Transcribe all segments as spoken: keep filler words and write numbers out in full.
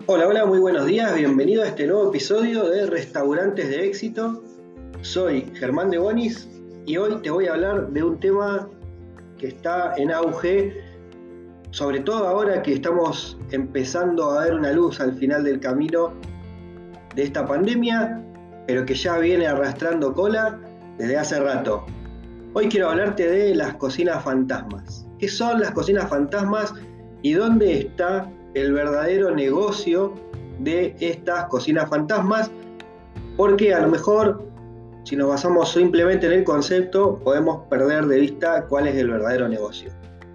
Hola, hola, muy buenos días, bienvenido a este nuevo episodio de Restaurantes de Éxito. Soy Germán de Bonis y hoy te voy a hablar de un tema que está en auge, sobre todo ahora que estamos empezando a ver una luz al final del camino de esta pandemia, pero que ya viene arrastrando cola desde hace rato. Hoy quiero hablarte de las cocinas fantasmas. ¿Qué son las cocinas fantasmas y dónde está el verdadero negocio de estas cocinas fantasmas? Porque a lo mejor, si nos basamos simplemente en el concepto, podemos perder de vista cuál es el verdadero negocio.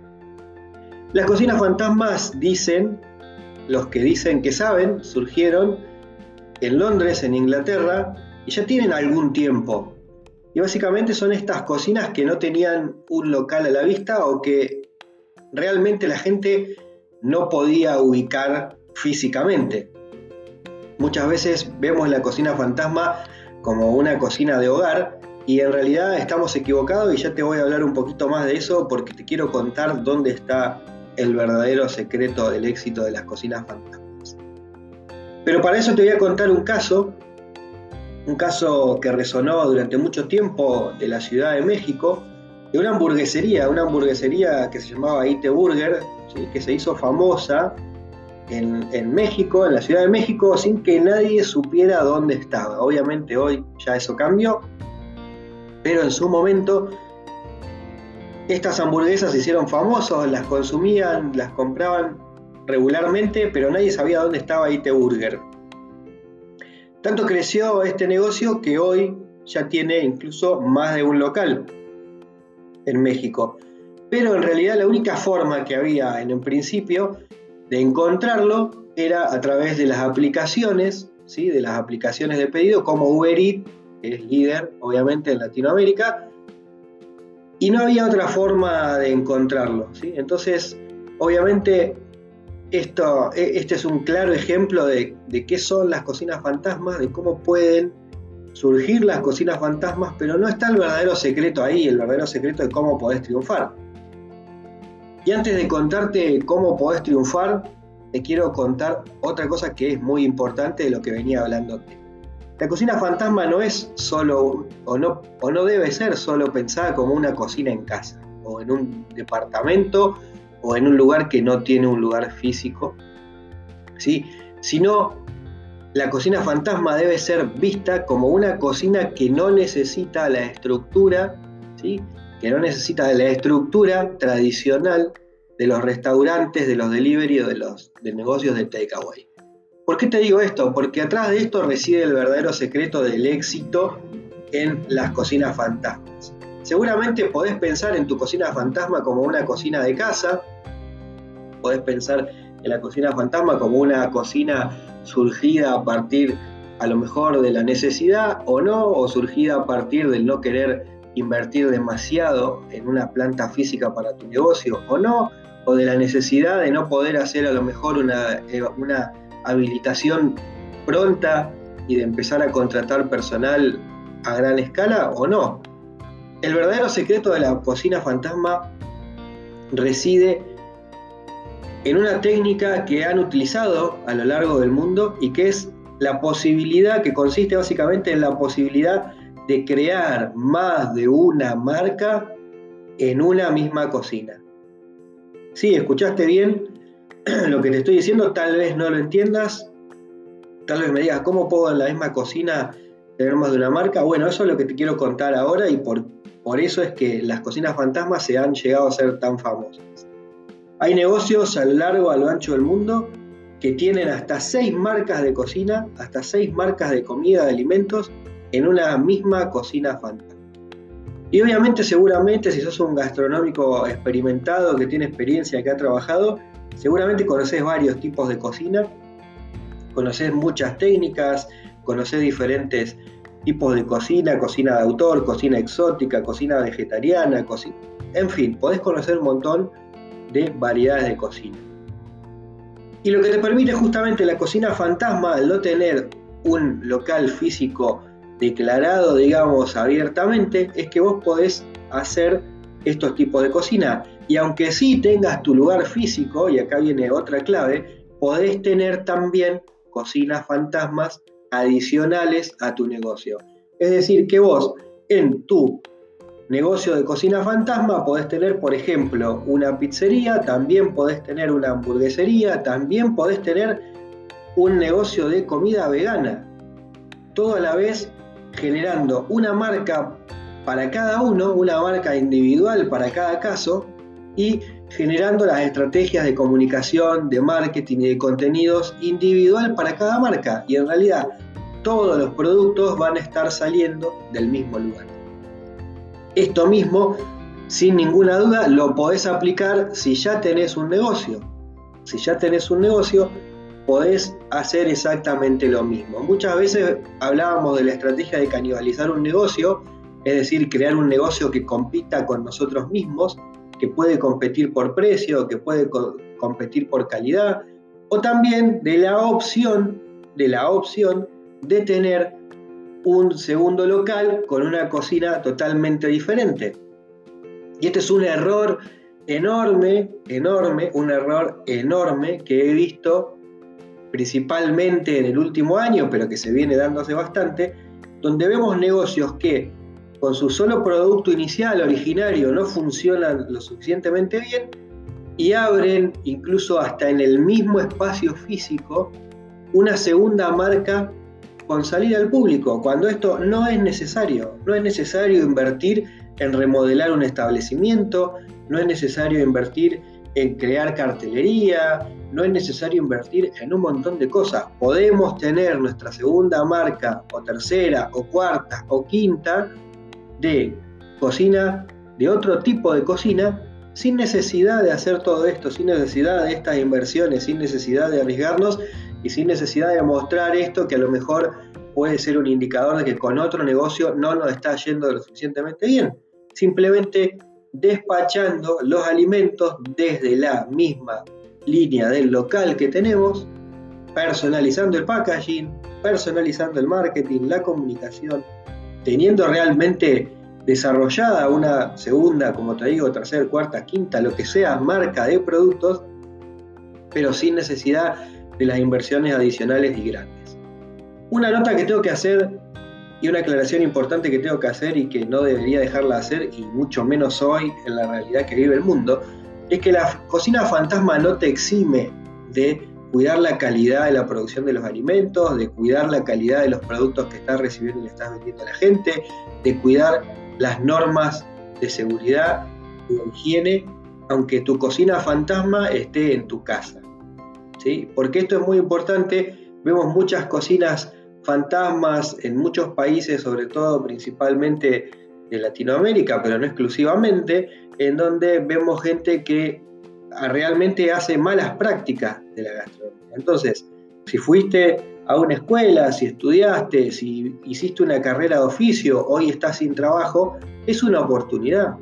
Las cocinas fantasmas, dicen, los que dicen que saben, surgieron en Londres, en Inglaterra, y ya tienen algún tiempo. Y básicamente son estas cocinas que no tenían un local a la vista o que realmente la gente no podía ubicar físicamente. Muchas veces vemos la cocina fantasma como una cocina de hogar y en realidad estamos equivocados, y ya te voy a hablar un poquito más de eso porque te quiero contar dónde está el verdadero secreto del éxito de las cocinas fantasmas. Pero para eso te voy a contar un caso, un caso que resonó durante mucho tiempo de la Ciudad de México, de una hamburguesería, una hamburguesería que se llamaba Eat Burger, ¿sí? Que se hizo famosa en, en México, en la Ciudad de México, sin que nadie supiera dónde estaba. Obviamente hoy ya eso cambió, pero en su momento estas hamburguesas se hicieron famosas, las consumían, las compraban regularmente, pero nadie sabía dónde estaba Eat Burger. Tanto creció este negocio que hoy ya tiene incluso más de un local en México. Pero en realidad la única forma que había en el principio de encontrarlo era a través de las aplicaciones, ¿sí? De las aplicaciones de pedido como Uber Eats, que es líder obviamente en Latinoamérica, y no había otra forma de encontrarlo, ¿sí? Entonces, obviamente, esto, este es un claro ejemplo de, de qué son las cocinas fantasmas, de cómo pueden surgir las cocinas fantasmas, pero no está el verdadero secreto ahí, el verdadero secreto de cómo podés triunfar. Y antes de contarte cómo podés triunfar, te quiero contar otra cosa que es muy importante de lo que venía hablándote. La cocina fantasma no es solo, o no, o no debe ser solo pensada como una cocina en casa, o en un departamento, o en un lugar que no tiene un lugar físico, ¿sí? Sino la cocina fantasma debe ser vista como una cocina que no necesita la estructura, ¿sí? Que no necesita de la estructura tradicional de los restaurantes, de los delivery o de los de negocios de takeaway. ¿Por qué te digo esto? Porque atrás de esto reside el verdadero secreto del éxito en las cocinas fantasmas. Seguramente podés pensar en tu cocina fantasma como una cocina de casa, podés pensar en la cocina fantasma como una cocina surgida a partir a lo mejor de la necesidad o no, o surgida a partir del no querer invertir demasiado en una planta física para tu negocio o no, o de la necesidad de no poder hacer a lo mejor una, una habilitación pronta y de empezar a contratar personal a gran escala o no. El verdadero secreto de la cocina fantasma reside en una técnica que han utilizado a lo largo del mundo y que es la posibilidad, que consiste básicamente en la posibilidad de crear más de una marca en una misma cocina. Sí, escuchaste bien lo que te estoy diciendo, tal vez no lo entiendas, tal vez me digas, ¿cómo puedo en la misma cocina tener más de una marca? Bueno, eso es lo que te quiero contar ahora y por, por eso es que las cocinas fantasmas se han llegado a ser tan famosas. Hay negocios a lo largo, a lo ancho del mundo que tienen hasta seis marcas de cocina, hasta seis marcas de comida, de alimentos, en una misma cocina fantasma. Y obviamente, seguramente, si sos un gastronómico experimentado, que tiene experiencia, que ha trabajado, seguramente conocés varios tipos de cocina, conocés muchas técnicas, conocés diferentes tipos de cocina, cocina de autor, cocina exótica, cocina vegetariana, cocina... en fin, podés conocer un montón de variedades de cocina. Y lo que te permite justamente la cocina fantasma, al no tener un local físico declarado, digamos, abiertamente, es que vos podés hacer estos tipos de cocina. Y aunque sí tengas tu lugar físico, y acá viene otra clave, podés tener también cocinas fantasmas adicionales a tu negocio. Es decir, que vos en tu negocio de cocina fantasma podés tener, por ejemplo, una pizzería, también podés tener una hamburguesería, también podés tener un negocio de comida vegana. Todo a la vez generando una marca para cada uno, una marca individual para cada caso, y generando las estrategias de comunicación, de marketing y de contenidos individual para cada marca. Y en realidad todos los productos van a estar saliendo del mismo lugar. Esto mismo, sin ninguna duda, lo podés aplicar si ya tenés un negocio. Si ya tenés un negocio, podés hacer exactamente lo mismo. Muchas veces hablábamos de la estrategia de canibalizar un negocio, es decir, crear un negocio que compita con nosotros mismos, que puede competir por precio, que puede co- competir por calidad, o también de la opción, de la opción de tener un segundo local con una cocina totalmente diferente. Y este es un error enorme, enorme, un error enorme que he visto principalmente en el último año, pero que se viene dándose bastante, donde vemos negocios que con su solo producto inicial, originario, no funcionan lo suficientemente bien y abren, incluso hasta en el mismo espacio físico, una segunda marca con salida al público, cuando esto no es necesario. No es necesario invertir en remodelar un establecimiento, no es necesario invertir en crear cartelería, no es necesario invertir en un montón de cosas. Podemos tener nuestra segunda marca, o tercera, o cuarta, o quinta, de cocina, de otro tipo de cocina, sin necesidad de hacer todo esto, sin necesidad de estas inversiones, sin necesidad de arriesgarnos y sin necesidad de mostrar esto que a lo mejor puede ser un indicador de que con otro negocio no nos está yendo lo suficientemente bien. Simplemente despachando los alimentos desde la misma línea del local que tenemos, personalizando el packaging, personalizando el marketing, la comunicación, teniendo realmente desarrollada una segunda, como te digo, tercera, cuarta, quinta, lo que sea, marca de productos, pero sin necesidad de las inversiones adicionales y grandes. Una nota que tengo que hacer y una aclaración importante que tengo que hacer y que no debería dejarla hacer, y mucho menos hoy en la realidad que vive el mundo, es que la cocina fantasma no te exime de cuidar la calidad de la producción de los alimentos, de cuidar la calidad de los productos que estás recibiendo y le estás vendiendo a la gente, de cuidar las normas de seguridad y de higiene, aunque tu cocina fantasma esté en tu casa, ¿sí? Porque esto es muy importante. Vemos muchas cocinas fantasmas en muchos países, sobre todo principalmente de Latinoamérica, pero no exclusivamente, en donde vemos gente que realmente hace malas prácticas de la gastronomía. Entonces, si fuiste a una escuela, si estudiaste, si hiciste una carrera de oficio, hoy estás sin trabajo, es una oportunidad.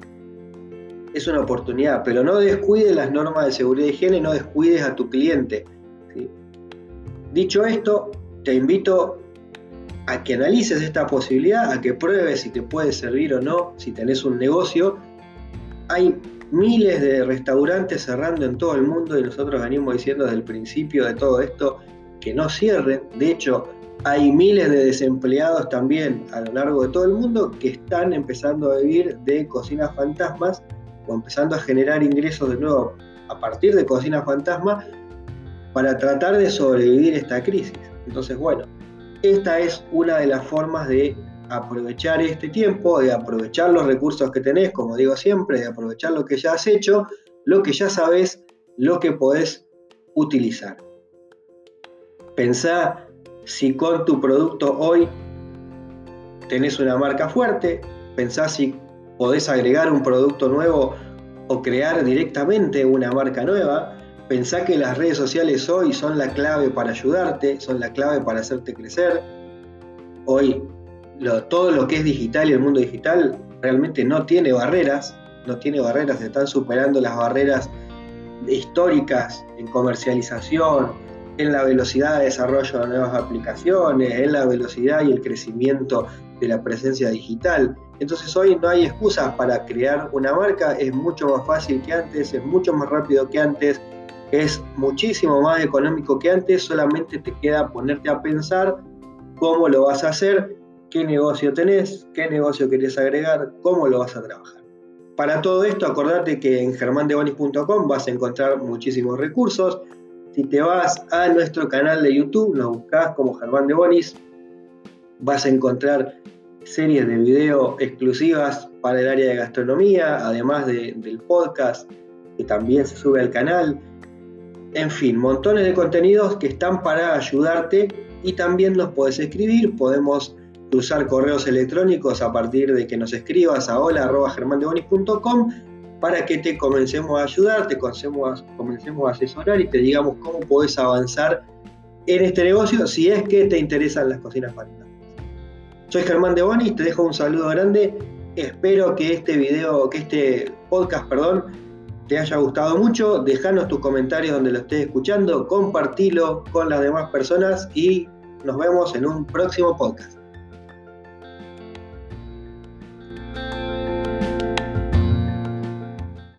Es una oportunidad, pero no descuides las normas de seguridad y higiene, no descuides a tu cliente, ¿sí? Dicho esto, te invito a que analices esta posibilidad, a que pruebes si te puede servir o no, si tenés un negocio. Hay miles de restaurantes cerrando en todo el mundo y nosotros venimos diciendo desde el principio de todo esto que no cierren. De hecho, hay miles de desempleados también a lo largo de todo el mundo que están empezando a vivir de cocinas fantasmas o empezando a generar ingresos de nuevo a partir de cocinas fantasmas para tratar de sobrevivir esta crisis. Entonces, bueno, esta es una de las formas de aprovechar este tiempo, de aprovechar los recursos que tenés, como digo siempre, de aprovechar lo que ya has hecho, lo que ya sabés, lo que podés utilizar. Pensá si con tu producto hoy tenés una marca fuerte, pensá si podés agregar un producto nuevo o crear directamente una marca nueva. Pensá que las redes sociales hoy son la clave para ayudarte, son la clave para hacerte crecer. Hoy lo, todo lo que es digital y el mundo digital realmente no tiene barreras, no tiene barreras, se están superando las barreras históricas en comercialización, en la velocidad de desarrollo de nuevas aplicaciones, en la velocidad y el crecimiento de la presencia digital. Entonces hoy no hay excusas para crear una marca, es mucho más fácil que antes, es mucho más rápido que antes. es muchísimo más económico que antes, solamente te queda ponerte a pensar cómo lo vas a hacer, qué negocio tenés, qué negocio querés agregar, cómo lo vas a trabajar. Para todo esto, acordate que en germán de bonis punto com vas a encontrar muchísimos recursos. Si te vas a nuestro canal de YouTube, nos buscás como Germán de Bonis, vas a encontrar series de video exclusivas para el área de gastronomía, además de, del podcast que también se sube al canal. En fin, montones de contenidos que están para ayudarte, y también nos podés escribir, podemos cruzar correos electrónicos a partir de que nos escribas a hola arroba germán de bonis punto com para que te comencemos a ayudar, te comencemos, comencemos a asesorar y te digamos cómo podés avanzar en este negocio si es que te interesan las cocinas fantásticas. Soy Germán de Bonis, te dejo un saludo grande, espero que este video, que este podcast, perdón, te haya gustado mucho. Dejanos tus comentarios donde lo estés escuchando, compartilo con las demás personas y nos vemos en un próximo podcast.